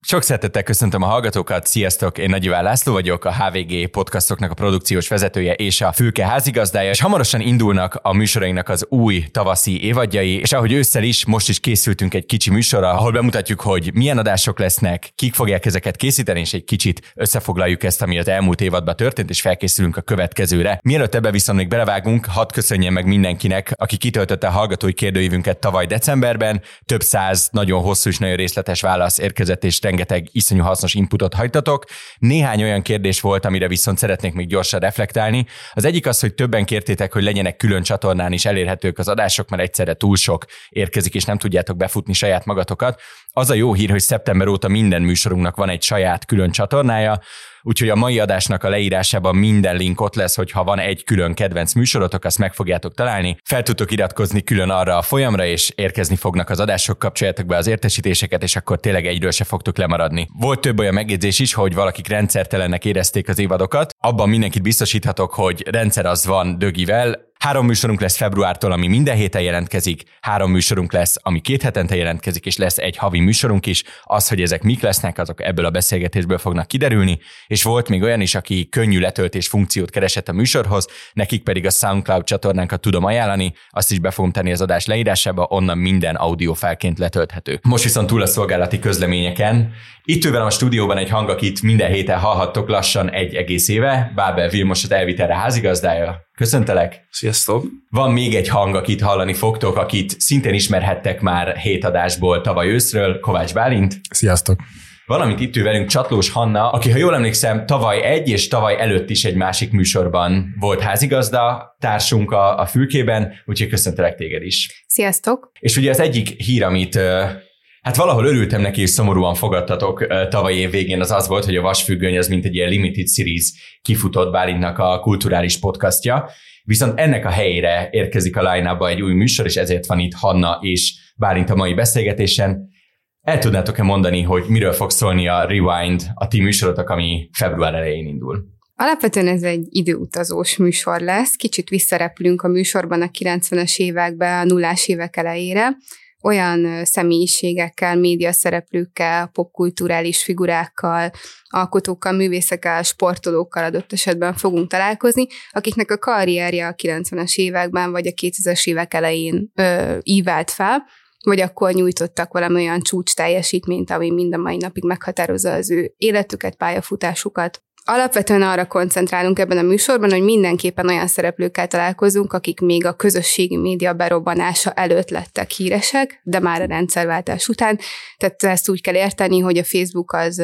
Sok szeretettel köszöntöm a hallgatókat, sziasztok! Én Nagy Iván László vagyok, a HVG podcastoknak a produkciós vezetője és a Fülke házigazdája, és hamarosan indulnak a műsorainknak az új tavaszi évadjai, és ahogy ősszel is, most is készültünk egy kicsi műsorra, ahol bemutatjuk, hogy milyen adások lesznek, kik fogják ezeket készíteni, és egy kicsit összefoglaljuk ezt, ami az elmúlt évadban történt, és felkészülünk a következőre. Mielőtt ebbe viszont még belevágunk, hadd köszönjem meg mindenkinek, aki kitöltötte a hallgatói kérdőívünket tavaly decemberben. Több száz nagyon hosszú és nagyon részletes válasz érkezett, és rengeteg iszonyú hasznos inputot hagytatok. Néhány olyan kérdés volt, amire viszont szeretnék még gyorsan reflektálni. Az egyik az, hogy többen kértétek, hogy legyenek külön csatornán is elérhetők az adások, mert egyszerre túl sok érkezik, és nem tudjátok befutni saját magatokat. Az a jó hír, hogy szeptember óta minden műsorunknak van egy saját külön csatornája, úgyhogy a mai adásnak a leírásában minden link ott lesz, hogyha van egy külön kedvenc műsorotok, azt meg fogjátok találni. Fel tudtok iratkozni külön arra a folyamra, és érkezni fognak az adások, kapcsoljátok be az értesítéseket, és akkor tényleg egyről se fogtok lemaradni. Volt több olyan megjegyzés is, hogy valakik rendszertelennek érezték az évadokat. Abban mindenkit biztosíthatok, hogy rendszer az van dögivel. 3 műsorunk lesz februártól, ami minden héten jelentkezik, 3 műsorunk lesz, ami 2 hetente jelentkezik, és lesz egy havi műsorunk is. Az, hogy ezek mik lesznek, azok ebből a beszélgetésből fognak kiderülni, és volt még olyan is, aki könnyű letöltés funkciót keresett a műsorhoz, nekik pedig a SoundCloud csatornánkat tudom ajánlani, azt is be fogom tenni az adás leírásába, onnan minden audiófájlként letölthető. Most viszont túl a szolgálati közleményeken. Itt ül velem a stúdióban egy hang, akit minden héten hallhattok lassan egy egész éve, Bábel Vilmos az Elvitelre házigazdája. Köszöntelek! Sziasztok! Van még egy hang, akit hallani fogtok, akit szintén ismerhettek már 7 adásból tavaly őszről, Kovács Bálint. Sziasztok! Valamint itt ül velünk Csatlós Hanna, aki, ha jól emlékszem, tavaly egy és tavaly előtt is egy másik műsorban volt házigazda társunk a Fülkében, úgyhogy köszöntelek téged is. Sziasztok! És ugye az egyik hír, amit hát valahol örültem neki, és szomorúan fogadtatok tavaly év végén, az volt, hogy a Vasfüggöny az mint egy ilyen limited series kifutott Bálintnak a kulturális podcastja, viszont ennek a helyére érkezik a line-upba egy új műsor, és ezért van itt Hanna és Bálint a mai beszélgetésen. El tudnátok-e mondani, hogy miről fog szólni a Rewind, a ti műsorotok, ami február elején indul? Alapvetően ez egy időutazós műsor lesz, kicsit visszarepülünk a műsorban a 90-es évekbe, a 0-ás évek elejére, olyan személyiségekkel, médiaszereplőkkel, popkulturális figurákkal, alkotókkal, művészekkel, sportolókkal adott esetben fogunk találkozni, akiknek a karrierje a 90-es években vagy a 2000-es évek elején ívelt fel, vagy akkor nyújtottak valami olyan csúcs teljesítményt, ami mind a mai napig meghatározza az ő életüket, pályafutásukat. Alapvetően arra koncentrálunk ebben a műsorban, hogy mindenképpen olyan szereplőkkel találkozunk, akik még a közösségi média berobbanása előtt lettek híresek, de már a rendszerváltás után. Tehát ezt úgy kell érteni, hogy a Facebook az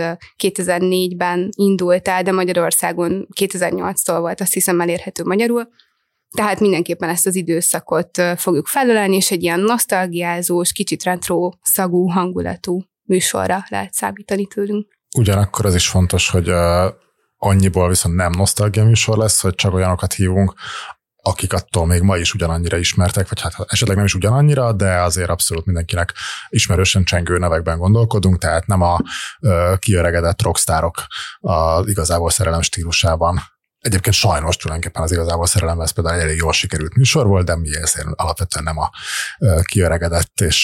2004-ben indult el, de Magyarországon 2008-tól volt, azt hiszem, elérhető magyarul. Tehát mindenképpen ezt az időszakot fogjuk felölelni, és egy ilyen nosztalgiázós, kicsit retro szagú hangulatú műsorra lehet számítani tőlünk. Ugyanakkor az is fontos, hogy annyiból viszont nem nosztalgia műsor lesz, hogy csak olyanokat hívunk, akik attól még ma is ugyanannyira ismertek, vagy hát esetleg nem is ugyanannyira, de azért abszolút mindenkinek ismerősen csengő nevekben gondolkodunk, tehát nem a kiöregedett rockstárok az igazából szerelem stílusában. Egyébként sajnos tulajdonképpen az igazából szerelem, ez például elég jól sikerült műsor volt, de mi ezért alapvetően nem a kiöregedett és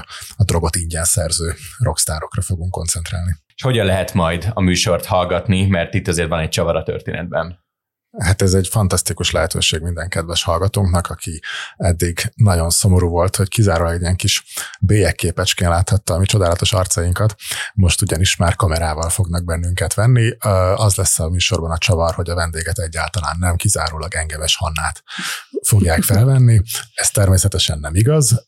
a drogot ingyen szerző rockstárokra fogunk koncentrálni. És hogyan lehet majd a műsort hallgatni, mert itt azért van egy csavar a történetben? Hát ez egy fantasztikus lehetőség minden kedves hallgatónknak, aki eddig nagyon szomorú volt, hogy kizárólag egy ilyen kis bélyekképecskén láthatta a mi csodálatos arcainkat. Most ugyanis már kamerával fognak bennünket venni. Az lesz a műsorban a csavar, hogy a vendéget egyáltalán nem, kizárólag Engeves Hannát fogják felvenni. Ez természetesen nem igaz,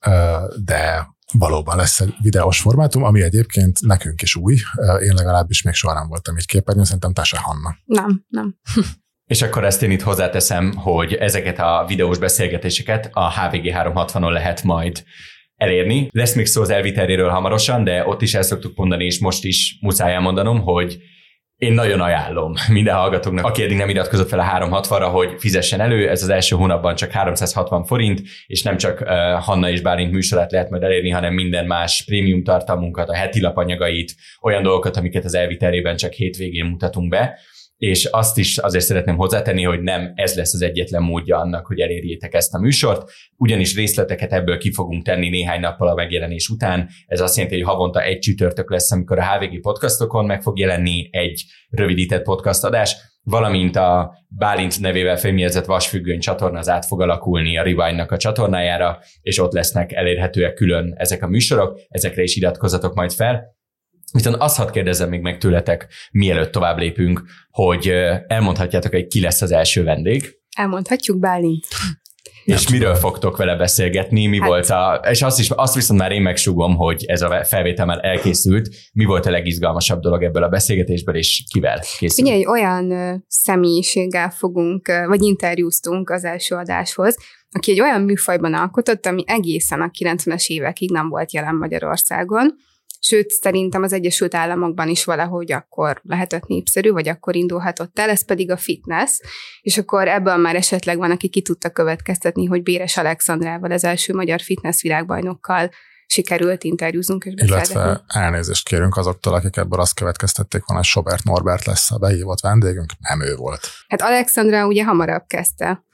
de valóban lesz egy videós formátum, ami egyébként nekünk is új. Én legalábbis még soha nem voltam így képernyőn, szerintem te se, Hanna. Nem. És akkor ezt én itt hozzáteszem, hogy ezeket a videós beszélgetéseket a HVG 360-on lehet majd elérni. Lesz még szó az Elviteréről hamarosan, de ott is el szoktuk mondani, és most is muszáj elmondanom, hogy én nagyon ajánlom minden hallgatóknak, aki eddig nem iratkozott fel a 360-ra, hogy fizessen elő. Ez az első hónapban csak 360 forint, és nem csak Hanna és Bálint műsorát lehet majd elérni, hanem minden más prémium tartalmunkat, a heti lapanyagait, olyan dolgokat, amiket az Elviterében csak hétvégén mutatunk be. és azt is azért szeretném hozzátenni, hogy nem ez lesz az egyetlen módja annak, hogy elérjétek ezt a műsort, ugyanis részleteket ebből ki fogunk tenni néhány nappal a megjelenés után. Ez azt jelenti, hogy havonta egy csütörtök lesz, amikor a HVG podcastokon meg fog jelenni egy rövidített podcast adás, valamint a Bálint nevével fémjegyzett Vasfüggöny csatorna az át fog alakulni a Rewindnak a csatornájára, és ott lesznek elérhetőek külön ezek a műsorok, ezekre is iratkozzatok majd fel. Viszont azt hadd kérdezzem még meg tőletek, mielőtt tovább lépünk, hogy elmondhatjátok, hogy ki lesz az első vendég. Elmondhatjuk, Bálint. És miről fogtok vele beszélgetni, mi volt és azt viszont már én megsúgom, hogy ez a felvétel már elkészült, mi volt a legizgalmasabb dolog ebből a beszélgetésből, és kivel készült? Ugye egy olyan személyiséggel fogunk, vagy interjúztunk az első adáshoz, aki egy olyan műfajban alkotott, ami egészen a 90-es évekig nem volt jelen Magyarországon, sőt, szerintem az Egyesült Államokban is valahogy akkor lehetett népszerű, vagy akkor indulhatott el, ez pedig a fitness, és akkor ebből már esetleg van, aki ki tudta következtetni, hogy Béres Alexandrával, az első magyar fitness világbajnokkal sikerült interjúznunk és beszélgetni. Illetve elnézést kérünk azoktól, akik ebből azt következtették volna, hogy Sobert Norbert lesz a behívott vendégünk, nem ő volt. Hát Alexandra ugye hamarabb kezdte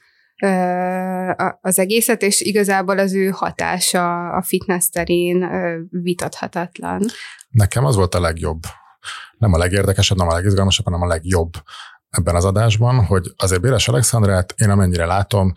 az egészet, és igazából az ő hatása a fitness terén vitathatatlan. Nekem az volt a legjobb, nem a legérdekesebb, nem a legizgalmasabb, hanem a legjobb ebben az adásban, hogy azért Béres Alexandrát én amennyire látom,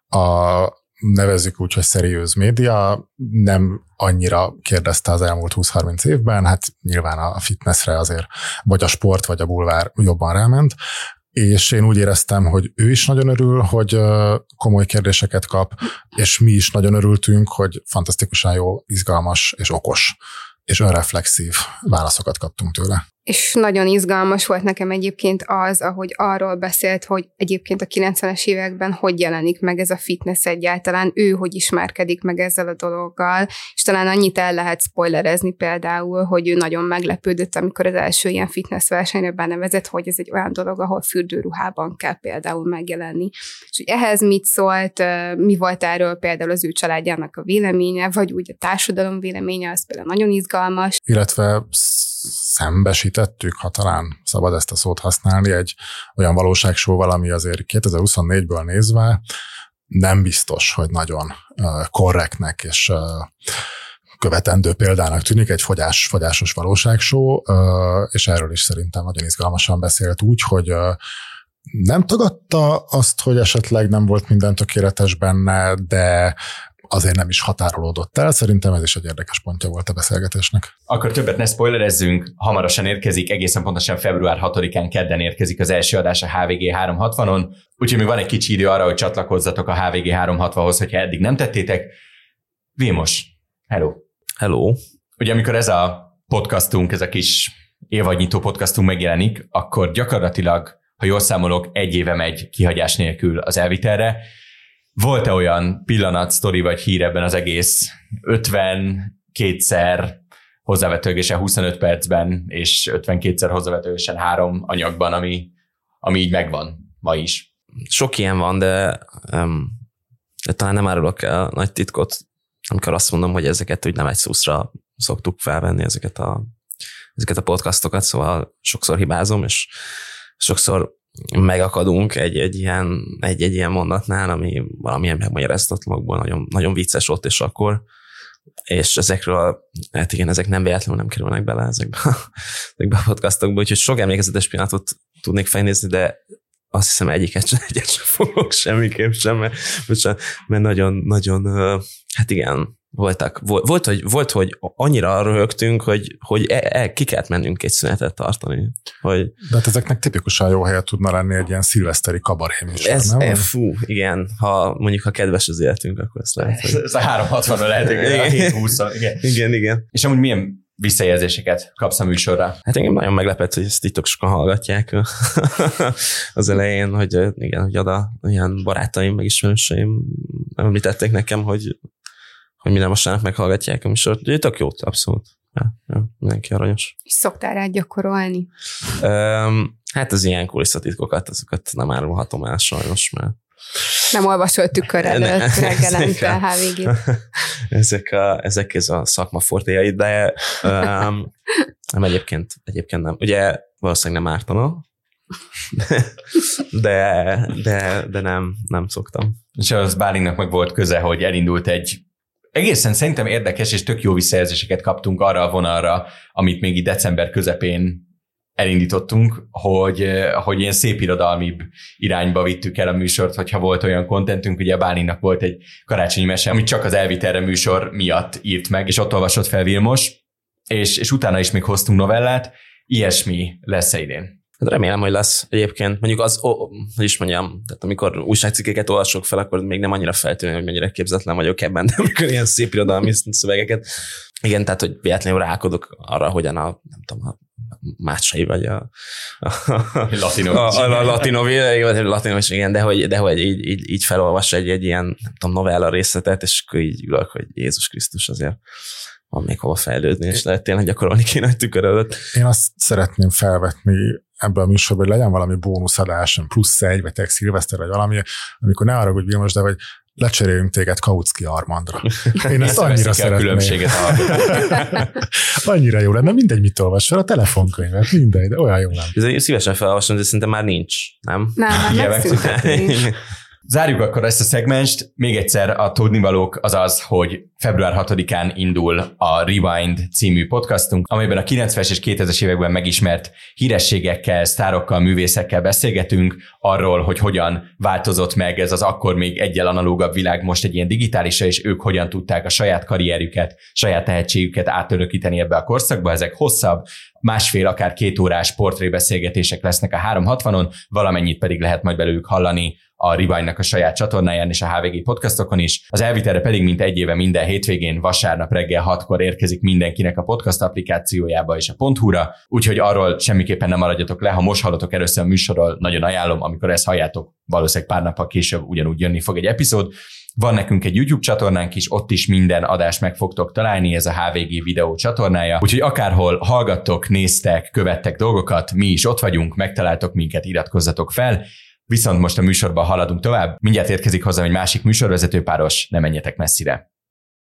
nevezzük úgy, hogy seriőz média, nem annyira kérdezte az elmúlt 20-30 évben, hát nyilván a fitnessre azért vagy a sport, vagy a bulvár jobban ráment, és én úgy éreztem, hogy ő is nagyon örül, hogy komoly kérdéseket kap, és mi is nagyon örültünk, hogy fantasztikusan jó, izgalmas és okos és önreflexív válaszokat kaptunk tőle. És nagyon izgalmas volt nekem egyébként az, ahogy arról beszélt, hogy egyébként a 90-es években hogy jelenik meg ez a fitness egyáltalán, ő hogy ismerkedik meg ezzel a dologgal, és talán annyit el lehet spoilerezni például, hogy ő nagyon meglepődött, amikor az első ilyen fitness versenyre benevezett, hogy ez egy olyan dolog, ahol fürdőruhában kell például megjelenni. És hogy ehhez mit szólt, mi volt erről például az ő családjának a véleménye, vagy úgy a társadalom véleménye, az például nagyon izgalmas. Illetve szembesítettük, ha talán szabad ezt a szót használni, egy olyan valóságsóval, ami azért 2024-ből nézve nem biztos, hogy nagyon korrektnek és követendő példának tűnik, egy fogyásos valóságsó, és erről is szerintem nagyon izgalmasan beszélt úgy, hogy nem tagadta azt, hogy esetleg nem volt minden tökéletes benne, de azért nem is határolódott el. Szerintem ez is egy érdekes pontja volt a beszélgetésnek. Akkor többet ne spoilerezzünk, hamarosan érkezik, egészen pontosan február 6-án kedden érkezik az első adás a HVG 360-on, úgyhogy még van egy kicsi idő arra, hogy csatlakozzatok a HVG 360-hoz, hogyha eddig nem tettétek. Vilmos, hello! Hello! Ugye amikor ez a podcastunk, ez a kis évadnyitó podcastunk megjelenik, akkor gyakorlatilag, ha jól számolok, egy éve megy kihagyás nélkül az elvitelre. Volt-e olyan pillanat, sztori vagy hír ebben az egész 52-szer hozzávetőlegesen 25 percben, és 52-szer hozzávetőlegesen 3 anyagban, ami így megvan ma is? Sok ilyen van, de talán nem árulok el nagy titkot, amikor azt mondom, hogy ezeket úgy nem egy szuszra szoktuk felvenni, ezeket a podcastokat, szóval sokszor hibázom, és sokszor megakadunk egy ilyen mondatnál, ami valamilyen megmagyarázatlanokból nagyon, nagyon vicces ott és akkor, és ezekről, hát igen, ezek nem véletlenül nem kerülnek bele ezekbe a podcastokba, úgyhogy sok emlékezetes pillanatot tudnék felnézni, de azt hiszem egyet sem fogok semmiképp sem, mert nagyon, hát igen, volt, hogy annyira röhögtünk, hogy ki kellett mennünk egy szünetet tartani. Hogy de hát ezeknek tipikusan jó helye tudna lenni egy ilyen szilveszteri kabaré műsor, nem? Igen, ha kedves az életünk, akkor ezt lehet. Ez a 360-ra lehet, igen. 7-20. Igen. És amúgy milyen visszajelzéseket kapsz a műsorra? Hát engem nagyon meglepett, hogy ezt itt sokan hallgatják az elején, hogy igen, hogy oda ilyen barátaim, meg ismerőseim említették nekem, hogy minden vasárnap meghallgatják a műsort. Úgyhogy tök jót, abszolút. Ja, mindenki aranyos. És szoktál rá gyakorolni? Hát az ilyen kulisszatitkokat, azokat nem árulhatom el sajnos, mert nem olvasol tükör előtt reggelente a HVG-t. Ezek ez a szakma fortéjai, de nem, egyébként nem. Ugye valószínűleg nem ártana, de nem szoktam. És az Bálintnak meg volt köze, hogy elindult egy egészen szerintem érdekes és tök jó visszajelzéseket kaptunk arra a vonalra, amit még itt december közepén elindítottunk, hogy ilyen szép irodalmibb irányba vittük el a műsort, hogyha volt olyan kontentünk, ugye a Bálintnak volt egy karácsonyi mese, amit csak az Elvitelre műsor miatt írt meg, és ott olvasott fel Vilmos, és utána is még hoztunk novellát, ilyesmi lesz idén. Remélem, hogy lesz egyébként. Mondjuk hogy is mondjam, tehát amikor újságcikkeket olvasok fel, akkor még nem annyira feltűnő, hogy mennyire képzetlen vagyok ebben, de amikor ilyen szép irodalmi szövegeket. Igen, tehát, hogy véletlenül rákodok arra, hogyan a Mácsai vagy a Latinovics, igen, de hogy így felolvas egy ilyen, nem tudom, novella részletet, és akkor így ülök, hogy Jézus Krisztus, azért van még hova fejlődni, és lehet tényleg gyakorolni kéne egy tükör előtt. Én azt szeretném felvetni ebből a műsorban, hogy legyen valami bónuszadás, +1, vagy szilveszter, vagy valami, amikor ne arra, hogy Vilmos, de hogy lecserélünk téged Kautsky Armandra. Én ezt annyira szeretném. Annyira jó lenne, mindegy, mit olvasol, a telefonkönyvet, mindegy, de olyan jó lenne. Szívesen felolvasom, de szerintem már nincs, nem? Nem. Zárjuk akkor ezt a szegmenst. Még egyszer a tudnivalók az az, hogy február 6-án indul a Rewind című podcastunk, amelyben a 90-es és 2000-es években megismert hírességekkel, sztárokkal, művészekkel beszélgetünk arról, hogy hogyan változott meg ez az akkor még egyel analógabb világ most egy ilyen digitálisra, és ők hogyan tudták a saját karrierüket, saját tehetségüket átörökíteni ebbe a korszakba. Ezek hosszabb, 1,5, akár 2 órás portrébeszélgetések lesznek a 360-on, valamennyit pedig lehet majd belőlük hallani a Rewindnak a saját csatornáján és a HVG podcastokon is. Az Elvitelre pedig, mint egy éve minden hétvégén, vasárnap reggel 6-kor érkezik mindenkinek a podcast applikációjába és a .hu-ra, úgyhogy arról semmiképpen nem maradjatok le, ha most hallotok először a műsorról, nagyon ajánlom, amikor ezt halljátok, valószínűleg pár nappal később ugyanúgy jönni fog egy epizód. Van nekünk egy YouTube csatornánk is, ott is minden adást meg fogtok találni, ez a HVG videó csatornája. Úgyhogy akárhol hallgattok, néztek, követtek dolgokat, mi is ott vagyunk, megtaláltok minket, iratkozzatok fel. Viszont most a műsorban haladunk tovább. Mindjárt érkezik hozzám egy másik műsorvezetőpáros, ne menjetek messzire.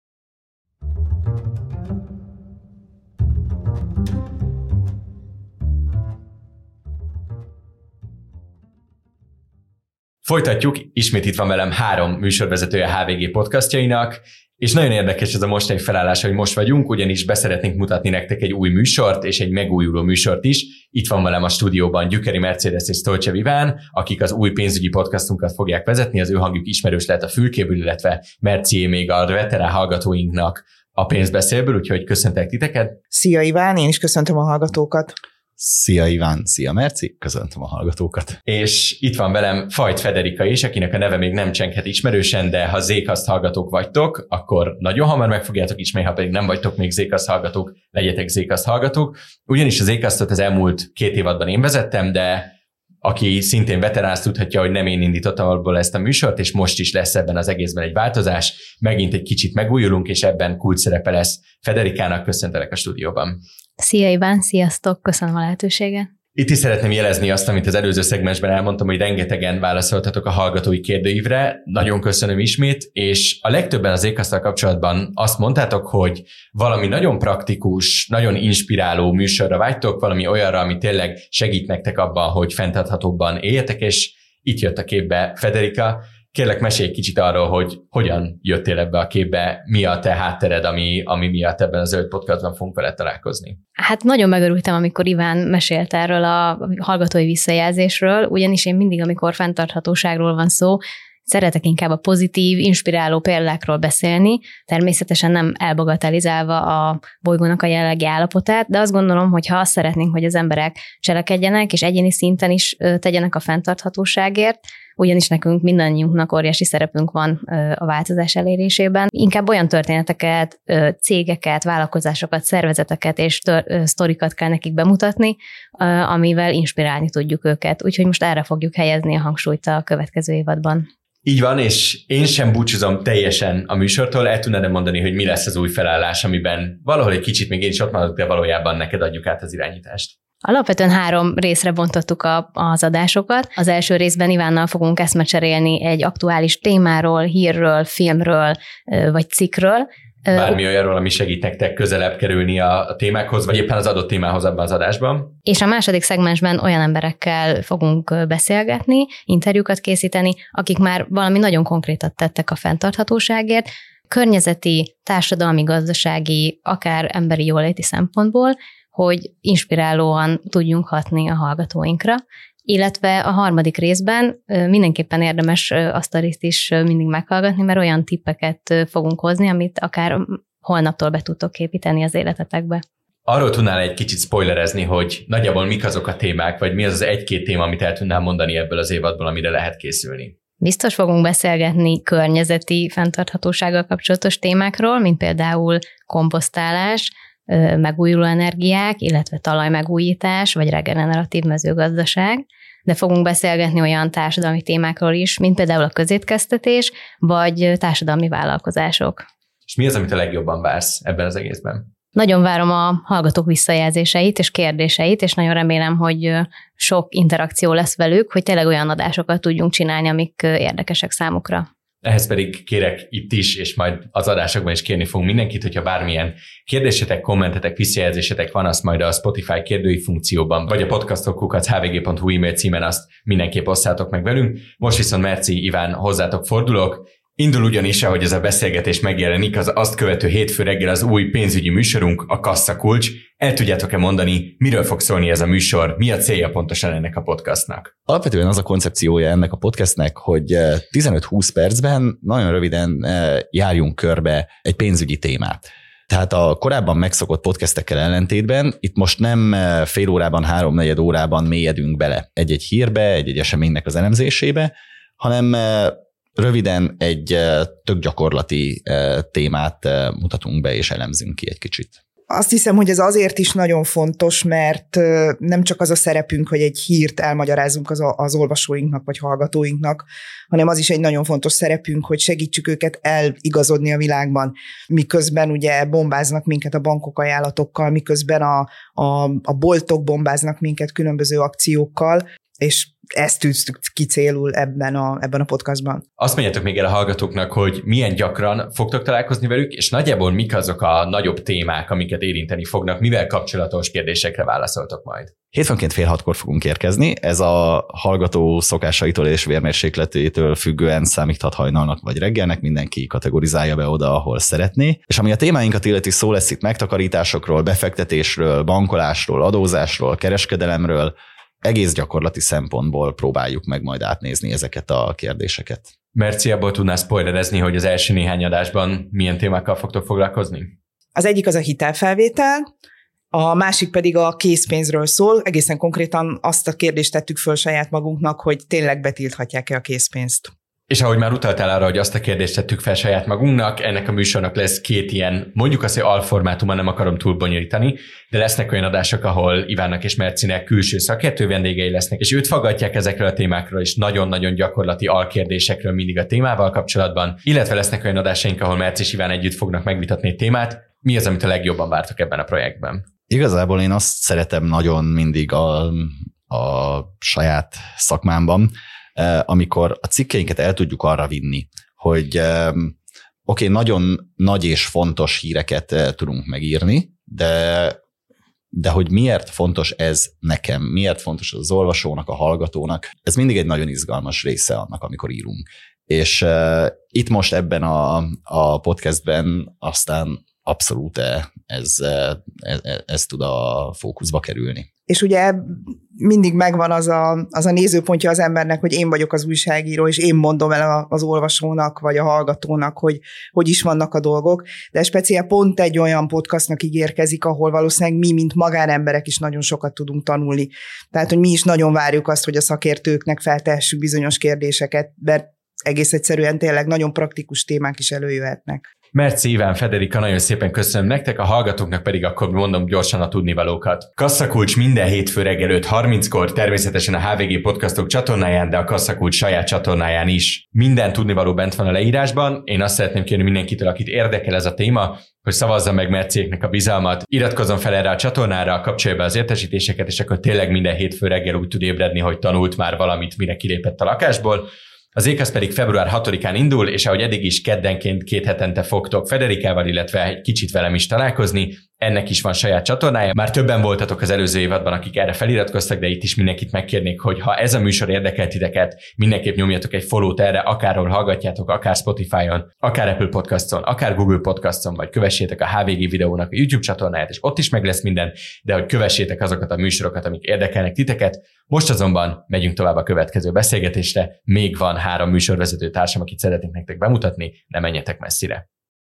Folytatjuk, ismét itt van velem 3 műsorvezetője HVG podcastjainak, és nagyon érdekes ez a mostani felállás, hogy most vagyunk, ugyanis beszeretnénk mutatni nektek egy új műsort, és egy megújuló műsort is. Itt van velem a stúdióban Gyükeri Mercedes és Stolcsev Iván, akik az új pénzügyi podcastunkat fogják vezetni, az ő hangjuk ismerős lehet a fülkéből, illetve Merci még a veterán hallgatóinknak a pénzbeszélből, úgyhogy köszöntek titeket. Szia Iván, én is köszöntöm a hallgatókat. Szia Iván, szia Merci, köszöntöm a hallgatókat. És itt van velem Fajt Federika is, akinek a neve még nem csenghet ismerősen, de ha Zékaszt hallgatók vagytok, akkor nagyon hamar meg fogjátok ismerni, ha pedig nem vagytok még Zékaszt hallgatók, legyetek Zékaszt hallgatók. Ugyanis a Zékasztot az elmúlt 2 évadban én vezettem, de aki szintén veterán, azt tudhatja, hogy nem én indítottam abból ezt a műsort, és most is lesz ebben az egészben egy változás. Megint egy kicsit megújulunk, és ebben kulcsszerepe lesz Federikának. Köszöntelek a stúdióban. Szia Iván, sziasztok, köszönöm a lehetőséget. Itt is szeretném jelezni azt, amit az előző szegmensben elmondtam, hogy rengetegen válaszoltatok a hallgatói kérdőívre. Nagyon köszönöm ismét, és a legtöbben az Zékasztal kapcsolatban azt mondtátok, hogy valami nagyon praktikus, nagyon inspiráló műsorra vágytok, valami olyanra, ami tényleg segít nektek abban, hogy fenntarthatóbban éljetek, és itt jött a képbe Federika. Kérlek, mesélj egy kicsit arról, hogy hogyan jöttél ebbe a képbe, mi a te háttered, ami miatt ebben a Zöld Podcastban fogunk veled találkozni. Hát nagyon megörültem, amikor Iván mesélt erről a hallgatói visszajelzésről, ugyanis én mindig, amikor fenntarthatóságról van szó, szeretek inkább a pozitív, inspiráló példákról beszélni, természetesen nem elbagatelizálva a bolygónak a jelenlegi állapotát, de azt gondolom, hogy ha azt szeretnénk, hogy az emberek cselekedjenek, és egyéni szinten is tegyenek a fenntarthatóságért, ugyanis nekünk mindannyiunknak óriási szerepünk van a változás elérésében. Inkább olyan történeteket, cégeket, vállalkozásokat, szervezeteket és sztorikat kell nekik bemutatni, amivel inspirálni tudjuk őket. Úgyhogy most erre fogjuk helyezni a hangsúlyt a következő évadban. Így van, és én sem búcsúzom teljesen a műsortól, el tudnád mondani, hogy mi lesz az új felállás, amiben valahol egy kicsit még én is ott maradok, de valójában neked adjuk át az irányítást. Alapvetően 3 részre bontottuk az adásokat. Az első részben Ivánnal fogunk eszmecserélni egy aktuális témáról, hírről, filmről vagy cikkről. Bármi olyanról, ami segít nektek közelebb kerülni a témákhoz, vagy éppen az adott témához abban az adásban. És a második szegmensben olyan emberekkel fogunk beszélgetni, interjúkat készíteni, akik már valami nagyon konkrétat tettek a fenntarthatóságért, környezeti, társadalmi, gazdasági, akár emberi jóléti szempontból, hogy inspirálóan tudjunk hatni a hallgatóinkra, illetve a harmadik részben mindenképpen érdemes azt a részt is mindig meghallgatni, mert olyan tippeket fogunk hozni, amit akár holnaptól be tudtok építeni az életetekbe. Arról tudnál egy kicsit spoilerezni, hogy nagyjából mik azok a témák, vagy mi az az egy-két téma, amit el tudnál mondani ebből az évadból, amire lehet készülni? Biztos fogunk beszélgetni környezeti fenntarthatósággal kapcsolatos témákról, mint például komposztálás, megújuló energiák, illetve talajmegújítás, vagy regeneratív mezőgazdaság, de fogunk beszélgetni olyan társadalmi témákról is, mint például a közétkeztetés, vagy társadalmi vállalkozások. És mi az, amit a legjobban vársz ebben az egészben? Nagyon várom a hallgatók visszajelzéseit és kérdéseit, és nagyon remélem, hogy sok interakció lesz velük, hogy tényleg olyan adásokat tudjunk csinálni, amik érdekesek számukra. Ehhez pedig kérek itt is, és majd az adásokban is kérni fogunk mindenkit, hogyha bármilyen kérdésetek, kommentetek, visszajelzésetek van, azt majd a Spotify kérdői funkcióban, vagy a podcastok@hvg.hu e-mail címen azt mindenképp osszátok meg velünk. Most viszont Merci, Iván, hozzátok fordulok. Indul ugyanis, ahogy ez a beszélgetés megjelenik, az azt követő hétfő reggel az új pénzügyi műsorunk, a Kasszakulcs. El tudjátok-e mondani, miről fog szólni ez a műsor, mi a célja pontosan ennek a podcastnak? Alapvetően az a koncepciója ennek a podcastnek, hogy 15-20 percben nagyon röviden járjunk körbe egy pénzügyi témát. Tehát a korábban megszokott podcastekkel ellentétben itt most nem fél órában, 3-4 órában mélyedünk bele egy-egy hírbe, egy-egy eseménynek az elemzésébe, hanem röviden egy tök gyakorlati témát mutatunk be, és elemzünk ki egy kicsit. Azt hiszem, hogy ez azért is nagyon fontos, mert nem csak az a szerepünk, hogy egy hírt elmagyarázunk az olvasóinknak vagy hallgatóinknak, hanem az is egy nagyon fontos szerepünk, hogy segítsük őket eligazodni a világban, miközben ugye bombáznak minket a bankok ajánlatokkal, miközben a boltok bombáznak minket különböző akciókkal, és ezt tűztük ki célul ebben a podcastban. Azt mondjátok még el a hallgatóknak, hogy milyen gyakran fogtok találkozni velük, és nagyjából mik azok a nagyobb témák, amiket érinteni fognak, mivel kapcsolatos kérdésekre válaszoltok majd. Hétfőnként 5:30 fogunk érkezni, ez a hallgató szokásaitól és vérmérsékletétől függően számíthat hajnalnak vagy reggelnek, mindenki kategorizálja be oda, ahol szeretné. És ami a témáinkat illeti, szó lesz itt megtakarításokról, befektetésről, bankolásról, adózásról, kereskedelemről, egész gyakorlati szempontból próbáljuk meg majd átnézni ezeket a kérdéseket. Merci, abból tudnál spoilerezni, hogy az első néhány adásban milyen témákkal fogtok foglalkozni? Az egyik az a hitelfelvétel, a másik pedig a készpénzről szól. Egészen konkrétan azt a kérdést tettük föl saját magunknak, hogy tényleg betilthatják-e a készpénzt. És ahogy már utaltál arra, hogy azt a kérdést tettük fel saját magunknak, ennek a műsornak lesz 2 ilyen, mondjuk azt, hogy alformátumban, nem akarom túl bonyolítani, de lesznek olyan adások, ahol Ivánnak és Mercinek külső szakértő vendégei lesznek, és őt faggatják ezekről a témákról, és nagyon-nagyon gyakorlati alkérdésekről mindig a témával kapcsolatban, illetve lesznek olyan adásaink, ahol Merci és Iván együtt fognak megvitatni egy témát. Mi az, amit a legjobban vártok ebben a projektben? Igazából én azt szeretem nagyon mindig a saját szakmámban, amikor a cikkeinket el tudjuk arra vinni, hogy oké, nagyon nagy és fontos híreket tudunk megírni, de hogy miért fontos ez nekem, miért fontos az olvasónak, a hallgatónak, ez mindig egy nagyon izgalmas része annak, amikor írunk. És itt most ebben a podcastben aztán abszolút ez tud a fókuszba kerülni. És ugye mindig megvan az a nézőpontja az embernek, hogy én vagyok az újságíró, és én mondom el az olvasónak, vagy a hallgatónak, hogy is vannak a dolgok, de speciál pont egy olyan podcastnak ígérkezik, ahol valószínűleg mi, mint magánemberek is nagyon sokat tudunk tanulni. Tehát, hogy mi is nagyon várjuk azt, hogy a szakértőknek feltehessük bizonyos kérdéseket, mert egész egyszerűen tényleg nagyon praktikus témák is előjöhetnek. Merci, Iván, Federika, nagyon szépen köszönöm nektek, a hallgatóknak pedig akkor mondom gyorsan a tudnivalókat. Kasszakulcs minden hétfő reggel 5:30-kor, természetesen a HVG podcastok csatornáján, de a Kasszakulcs saját csatornáján is. Minden tudnivaló bent van a leírásban. Én azt szeretném kérni mindenkitől, akit érdekel ez a téma, hogy szavazza meg Merciéknek a bizalmat, iratkozzon fel erre a csatornára, kapcsolja be az értesítéseket, és akkor tényleg minden hétfő reggel úgy tud ébredni, hogy tanult már valamit, mire kilépett a lakásból. Az Ékasz pedig február 6-án indul, és ahogy eddig is keddenként 2 hetente fogtok Federikával, illetve egy kicsit velem is találkozni. Ennek is van saját csatornája. Már többen voltatok az előző évadban, akik erre feliratkoztak, de itt is mindenkit megkérnék, hogy ha ez a műsor érdekel titeket, mindenképp nyomjatok egy follow-t erre, akárhol hallgatjátok, akár Spotify-on, akár Apple Podcaston, akár Google Podcaston, vagy kövessétek a HVG videónak a YouTube csatornáját, és ott is meg lesz minden, de hogy kövessétek azokat a műsorokat, amik érdekelnek titeket. Most azonban megyünk tovább a következő beszélgetésre. Még van 3 műsorvezető társam, akit szeretnénk nektek bemutatni, ne menjetek messzire.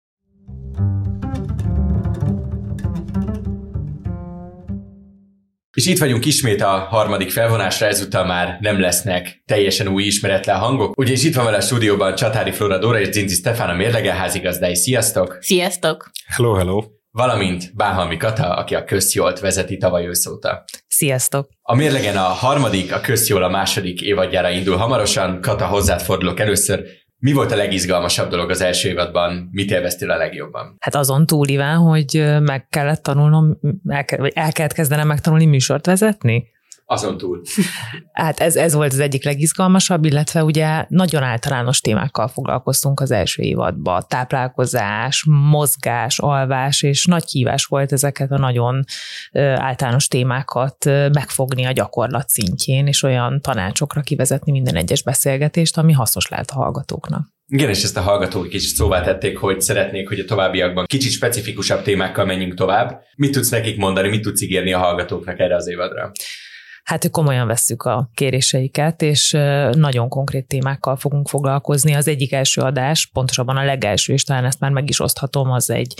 És itt vagyunk ismét a harmadik felvonásra, ezúttal már nem lesznek teljesen új ismeretlen hangok. Ugyanis itt van vele a stúdióban Csatári Flóra Dóra és Zinci Stefán, a Mérlegen házigazdái. Sziasztok! Sziasztok! Hello, hello! Valamint Bánhalmi Kata, aki a Közjolt vezeti tavaly őszóta. Sziasztok! A Mérlegen a harmadik, a Közjól a második évadjára indul hamarosan. Kata, hozzád fordulok először. Mi volt a legizgalmasabb dolog az első évadban? Mit élveztél a legjobban? Hát azon túl, Iván, hogy meg kellett tanulnom, vagy el kellett kezdenem megtanulni műsort vezetni. Azon túl. Hát ez volt az egyik legizgalmasabb, illetve ugye nagyon általános témákkal foglalkoztunk az első évadban. Táplálkozás, mozgás, alvás, és nagy kihívás volt ezeket a nagyon általános témákat megfogni a gyakorlat szintjén, és olyan tanácsokra kivezetni minden egyes beszélgetést, ami hasznos lehet a hallgatóknak. Igen, és ezt a hallgatók is szóvá tették, hogy szeretnék, hogy a továbbiakban kicsit specifikusabb témákkal menjünk tovább. Mit tudsz nekik mondani, mit tudsz ígérni a hallgatóknak erre az évadra? Hát komolyan vesszük a kéréseiket, és nagyon konkrét témákkal fogunk foglalkozni. Az egyik első adás, pontosabban a legelső, és talán ezt már meg is oszthatom, az egy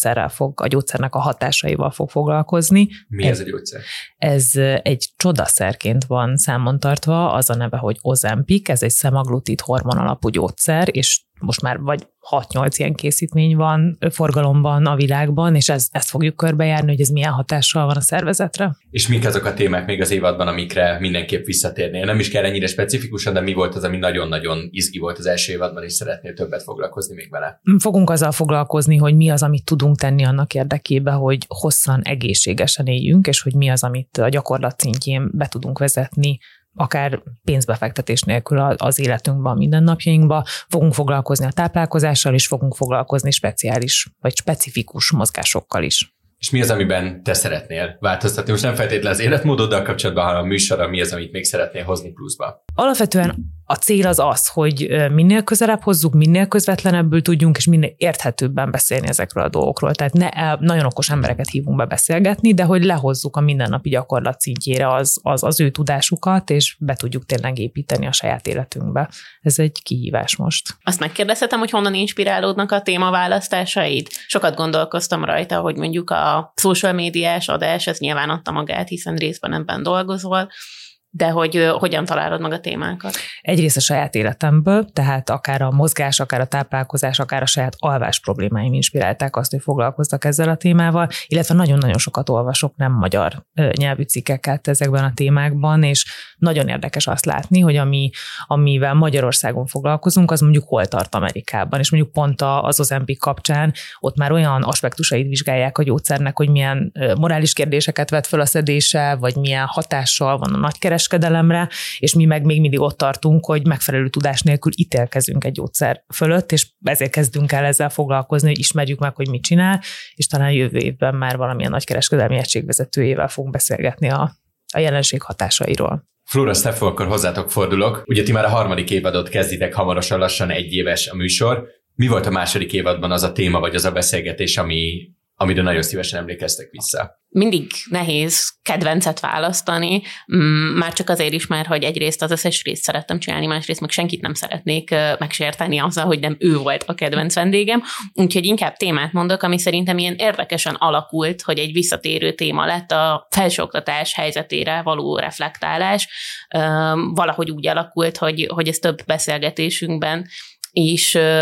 a gyógyszernek a hatásaival fog foglalkozni. Mi ez a gyógyszer? Ez egy csodaszerként van számon tartva, az a neve, hogy Ozempic, ez egy szemaglutid hormon alapú gyógyszer, és most már vagy 6-8 ilyen készítmény van forgalomban a világban, és ezt fogjuk körbejárni, hogy ez milyen hatással van a szervezetre. És mik azok a témák még az évadban, amikre mindenképp visszatérnél? Nem is kell ennyire specifikusan, de mi volt az, ami nagyon-nagyon izgi volt az első évadban, és szeretnél többet foglalkozni még vele? Fogunk azzal foglalkozni, hogy mi az, amit tudunk tenni annak érdekében, hogy hosszan egészségesen éljünk, és hogy mi az, amit a gyakorlat szintjén be tudunk vezetni, akár pénzbefektetés nélkül az életünkben, a mindennapjainkban. Fogunk foglalkozni a táplálkozással, és fogunk foglalkozni speciális vagy specifikus mozgásokkal is. És mi az, amiben te szeretnél változtatni? Most nem feltétlenül az életmódoddal kapcsolatban, hanem a műsorra mi az, amit még szeretnél hozni pluszba? Alapvetően a cél az, hogy minél közelebb hozzuk, minél közvetlenebbül tudjunk, és minél érthetőbben beszélni ezekről a dolgokról. Tehát nagyon okos embereket hívunk be beszélgetni, de hogy lehozzuk a mindennapi gyakorlat szintjére az ő tudásukat, és be tudjuk tényleg építeni a saját életünkbe. Ez egy kihívás most. Azt megkérdezhetem, hogy honnan inspirálódnak a témaválasztásaid? Sokat gondolkoztam rajta, hogy mondjuk a social médiás adás, ez nyilván adta magát, hiszen részben ebben dolgozol, de hogy hogyan találod meg a témákat? Egyrészt a saját életemből, tehát akár a mozgás, akár a táplálkozás, akár a saját alvás problémáim inspirálták azt, hogy foglalkoztak ezzel a témával, illetve nagyon-nagyon sokat olvasok nem magyar nyelvű cikkeket ezekben a témákban, és nagyon érdekes azt látni, hogy amivel Magyarországon foglalkozunk, az mondjuk hol tart Amerikában, és mondjuk pont az Ozempic kapcsán ott már olyan aspektusait vizsgálják a gyógyszernek, hogy milyen morális kérdéseket vet föl a szedése, vagy milyen hatással van a nagykereskedelemre, és mi meg még mindig ott tartunk, hogy megfelelő tudás nélkül ítélkezünk egy gyógyszer fölött, és ezért kezdünk el ezzel foglalkozni, hogy ismerjük meg, hogy mit csinál, és talán jövő évben már valamilyen nagykereskedelmi egységvezetőjével fogunk beszélgetni a jelenség hatásairól. Flóra, Stefo, akkor hozzátok fordulok. Ugye ti már a harmadik évadot kezditek, hamarosan lassan 1 éves a műsor. Mi volt a második évadban az a téma, vagy az a beszélgetés, amire nagyon szívesen emlékeztek vissza? Mindig nehéz kedvencet választani, már csak azért is, mert hogy egyrészt az összes részt szerettem csinálni, másrészt meg senkit nem szeretnék megsérteni azzal, hogy nem ő volt a kedvenc vendégem, úgyhogy inkább témát mondok, ami szerintem ilyen érdekesen alakult, hogy egy visszatérő téma lett a felsőoktatás helyzetére való reflektálás. Valahogy úgy alakult, hogy ez több beszélgetésünkben és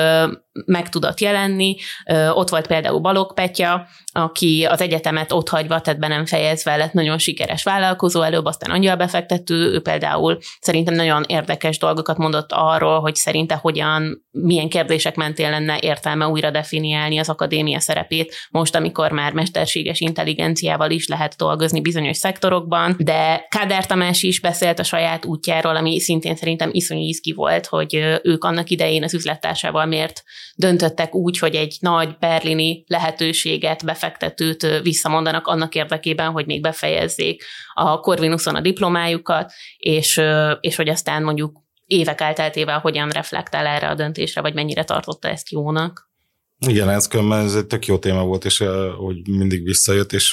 meg tudott jelenni. Ott volt például Balogh Petya, aki az egyetemet otthagyva, tehát be nem fejezve lett nagyon sikeres vállalkozó, előbb aztán angyalbefektető, ő például szerintem nagyon érdekes dolgokat mondott arról, hogy szerinte milyen kérdések mentén lenne értelme újra definiálni az akadémia szerepét, most, amikor már mesterséges intelligenciával is lehet dolgozni bizonyos szektorokban, de Kádár Tamás is beszélt a saját útjáról, ami szintén szerintem iszonyú izgi volt, hogy ők annak idején az üzlettársával miért döntöttek úgy, hogy egy nagy berlini lehetőséget, befektetőt visszamondanak annak érdekében, hogy még befejezzék a Corvinuson a diplomájukat, és hogy aztán mondjuk évek elteltével hogyan reflektál erre a döntésre, vagy mennyire tartotta ezt jónak. Igen, ez egy tök jó téma volt, és hogy mindig visszajött, és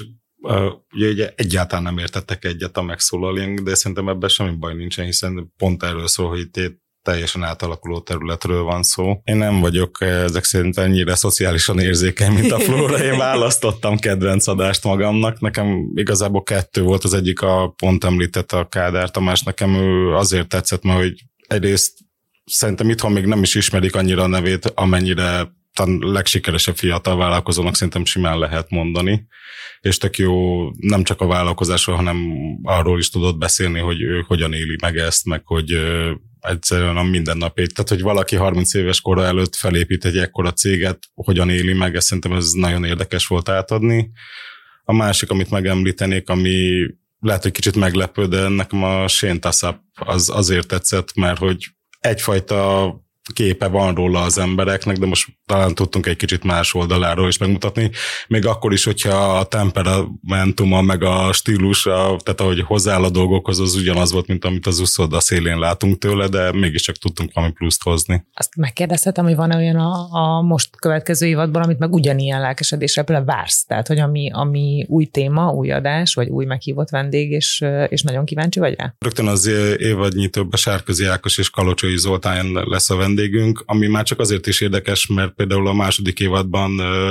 ugye egyáltalán nem értettek egyet a megszólalóink, de szerintem ebben semmi baj nincsen, hiszen pont erről szól, hogy itt teljesen átalakuló területről van szó. Én nem vagyok ezek szerint ennyire szociálisan érzékeny, mint a Flóra. Én választottam kedvenc adást magamnak. Nekem igazából 2 volt, az egyik a pont említett a Kádár Tamás. Nekem ő azért tetszett, mert hogy egyrészt szerintem itthon még nem is ismerik annyira a nevét, amennyire a legsikeresebb fiatal vállalkozónak szerintem simán lehet mondani, és tök jó nem csak a vállalkozásról, hanem arról is tudott beszélni, hogy ő hogyan éli meg ezt, meg hogy egyszerűen a mindennapét. Tehát, hogy valaki 30 éves kora előtt felépít egy ekkora céget, hogyan éli meg, ezt szerintem ez nagyon érdekes volt átadni. A másik, amit megemlítenék, ami lehet, hogy kicsit meglepő, de nekem a Shane Tassap az azért tetszett, mert hogy egyfajta képe van róla az embereknek, de most talán tudtunk egy kicsit más oldaláról is megmutatni, még akkor is, hogyha a temperamentuma, meg a stílusa, tehát ahogy hozzááll a dolgokhoz, az ugyanaz volt, mint amit az Uszoda szélén látunk tőle, de mégiscsak tudtunk valami pluszt hozni. Azt megkérdezhetem, hogy van-e olyan a most következő évadban, amit meg ugyanilyen lelkesedéssel például vársz, tehát hogy ami új téma, új adás, vagy új meghívott vendég, és nagyon kíváncsi vagy rá? Rögtön az évadnyitóban Sárközi Ákos és Kalocsai Zoltán lesz a vendégünk, ami már csak azért is érdekes, mert például a második évadban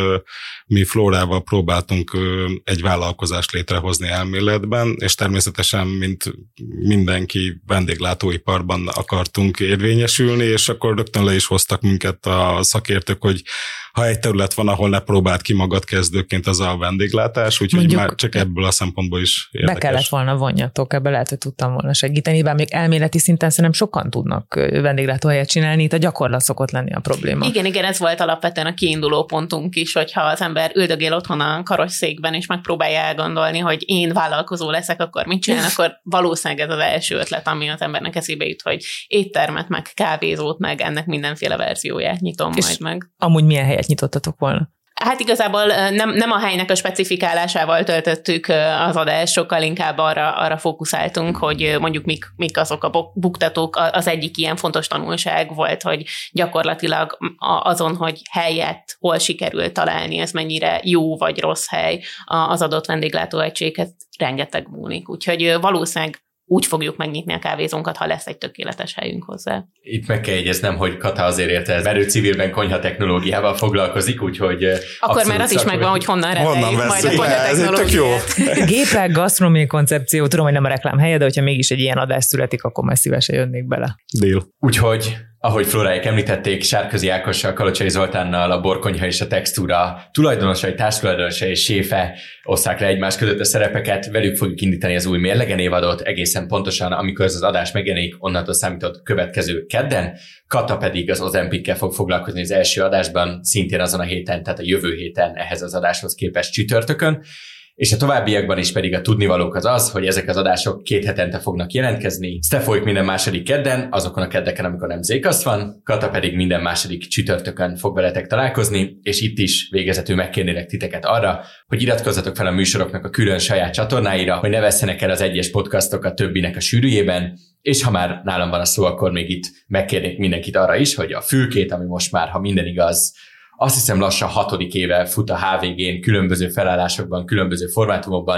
mi Flórával próbáltunk egy vállalkozást létrehozni elméletben, és természetesen, mint mindenki vendéglátóiparban akartunk érvényesülni, és akkor rögtön le is hoztak minket a szakértők, hogy ha egy terület van, ahol ne próbáld ki magad kezdőként, az a vendéglátás, úgyhogy mondjuk, már csak ebből a szempontból is érdekes. Be kellett volna vonjatok, ebbe lehet, hogy tudtam volna segíteni, bár még elméleti szinten szerintem sokan tudnak vendéglátóhelyet csinálni, itt a gyakorlat szokott lenni a probléma. Igen, ez volt alapvetően a kiinduló pontunk is, hogyha az ember üldögél otthon a karosszékben, és megpróbálja elgondolni, hogy én vállalkozó leszek, akkor mit csinál, akkor valószínűleg ez az első ötlet, ami az embernek eszébe jut, hogy éttermet, meg kávézót, meg ennek mindenféle verzióját nyitom és majd meg. Amúgy milyen helyet nyitottatok volna? Hát igazából nem a helynek a specifikálásával töltöttük az adást, sokkal inkább arra fókuszáltunk, hogy mondjuk mik azok a buktatók. Az egyik ilyen fontos tanulság volt, hogy gyakorlatilag azon, hogy helyet hol sikerült találni, ez mennyire jó vagy rossz hely az adott vendéglátóegységhez, rengeteg múlik. Úgyhogy valószínűleg úgy fogjuk megnyitni a kávézónkat, ha lesz egy tökéletes helyünk hozzá. Itt meg kell jegyeznem, hogy Kata azért érte, mert ő civilben konyha technológiával foglalkozik, úgyhogy... Akkor már az is megvan, hogy honnan rendeljük majd a konyha technológiát. Gépek, gasztronómiai koncepció, tudom, hogy nem a reklám helye, de hogyha mégis egy ilyen adás születik, akkor majd szívesen jönnék bele. Deal. Úgyhogy ahogy Flóráék említették, Sárközi Ákossal, Kalocsai Zoltánnal a Borkonyha és a Textúra tulajdonosai, társtulajdonosai és séfe osszák le egymás között a szerepeket, velük fogjuk indítani az új mérlegen évadot, egészen pontosan, amikor ez az adás megjelenik, onnantól számított következő kedden. Kata pedig az Ozempikkel fog foglalkozni az első adásban, szintén azon a héten, tehát a jövő héten ehhez az adáshoz képest csütörtökön. És a továbbiakban is pedig a tudnivalók az, hogy ezek az adások 2 hetente fognak jelentkezni. Ste folyik minden második kedden, azokon a keddeken, amikor nem Zékasz van, Kata pedig minden második csütörtökön fog veletek találkozni, és itt is végezetül megkérnélek titeket arra, hogy iratkozzatok fel a műsoroknak a külön saját csatornáira, hogy ne vesszenek el az egyes podcastok a többinek a sűrűjében, és ha már nálam van a szó, akkor még itt megkérnék mindenkit arra is, hogy a Fülkét, ami most már, ha minden igaz, azt hiszem lassan 6. éve fut a HVG-n, különböző felállásokban, különböző formátumokban,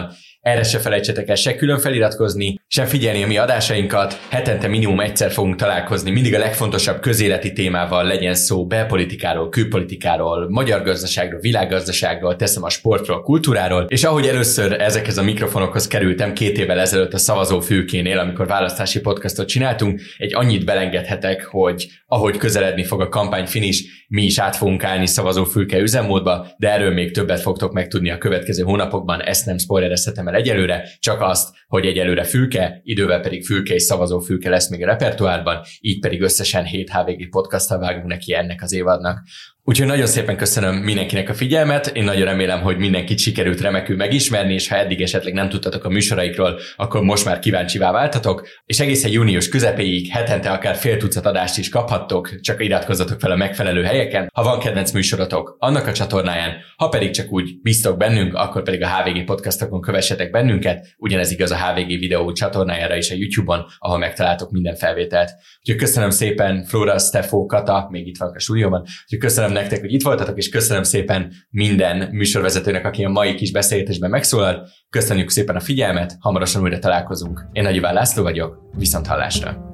Erre se felejtsetek el se külön feliratkozni, sem figyelni a mi adásainkat. Hetente minimum egyszer fogunk találkozni, mindig a legfontosabb közéleti témával, legyen szó belpolitikáról, külpolitikáról, magyar gazdaságról, világgazdaságról, teszem a sportról, kultúráról, és ahogy először ezekhez a mikrofonokhoz kerültem 2 évvel ezelőtt a szavazófülkénél, amikor választási podcastot csináltunk, egy annyit belengedhetek, hogy ahogy közeledni fog a kampány finish, mi is át fogunk állni szavazófülke üzemmódba, de erről még többet fogtok megtudni a következő hónapokban, ezt nem spoilerezhetem el egyelőre, csak azt, hogy egyelőre fülke, idővel pedig fülke és szavazófülke lesz még a repertoárban, így pedig összesen 7 HVG podcasttal vágunk neki ennek az évadnak. Úgyhogy nagyon szépen köszönöm mindenkinek a figyelmet, én nagyon remélem, hogy mindenkit sikerült remekül megismerni, és ha eddig esetleg nem tudtatok a műsoraikról, akkor most már kíváncsivá váltatok, és egészen június közepéig hetente akár fél tucat adást is kaphattok, csak iratkozzatok fel a megfelelő helyeken, ha van kedvenc műsorotok annak a csatornáján, ha pedig csak úgy bíztok bennünk, akkor pedig a HVG podcastokon kövessetek bennünket, ugyanez igaz a HVG videó csatornájára és a YouTube-on, ahol megtaláltok minden felvételt. Úgyhogy köszönöm szépen Flóra, Stefó, Kata, még itt van a stúdióban, úgyhogy köszönöm nektek, hogy itt voltatok, és köszönöm szépen minden műsorvezetőnek, aki a mai kis beszélgetésben megszólal. Köszönjük szépen a figyelmet, hamarosan újra találkozunk. Én Nagy Iván László vagyok, viszont hallásra!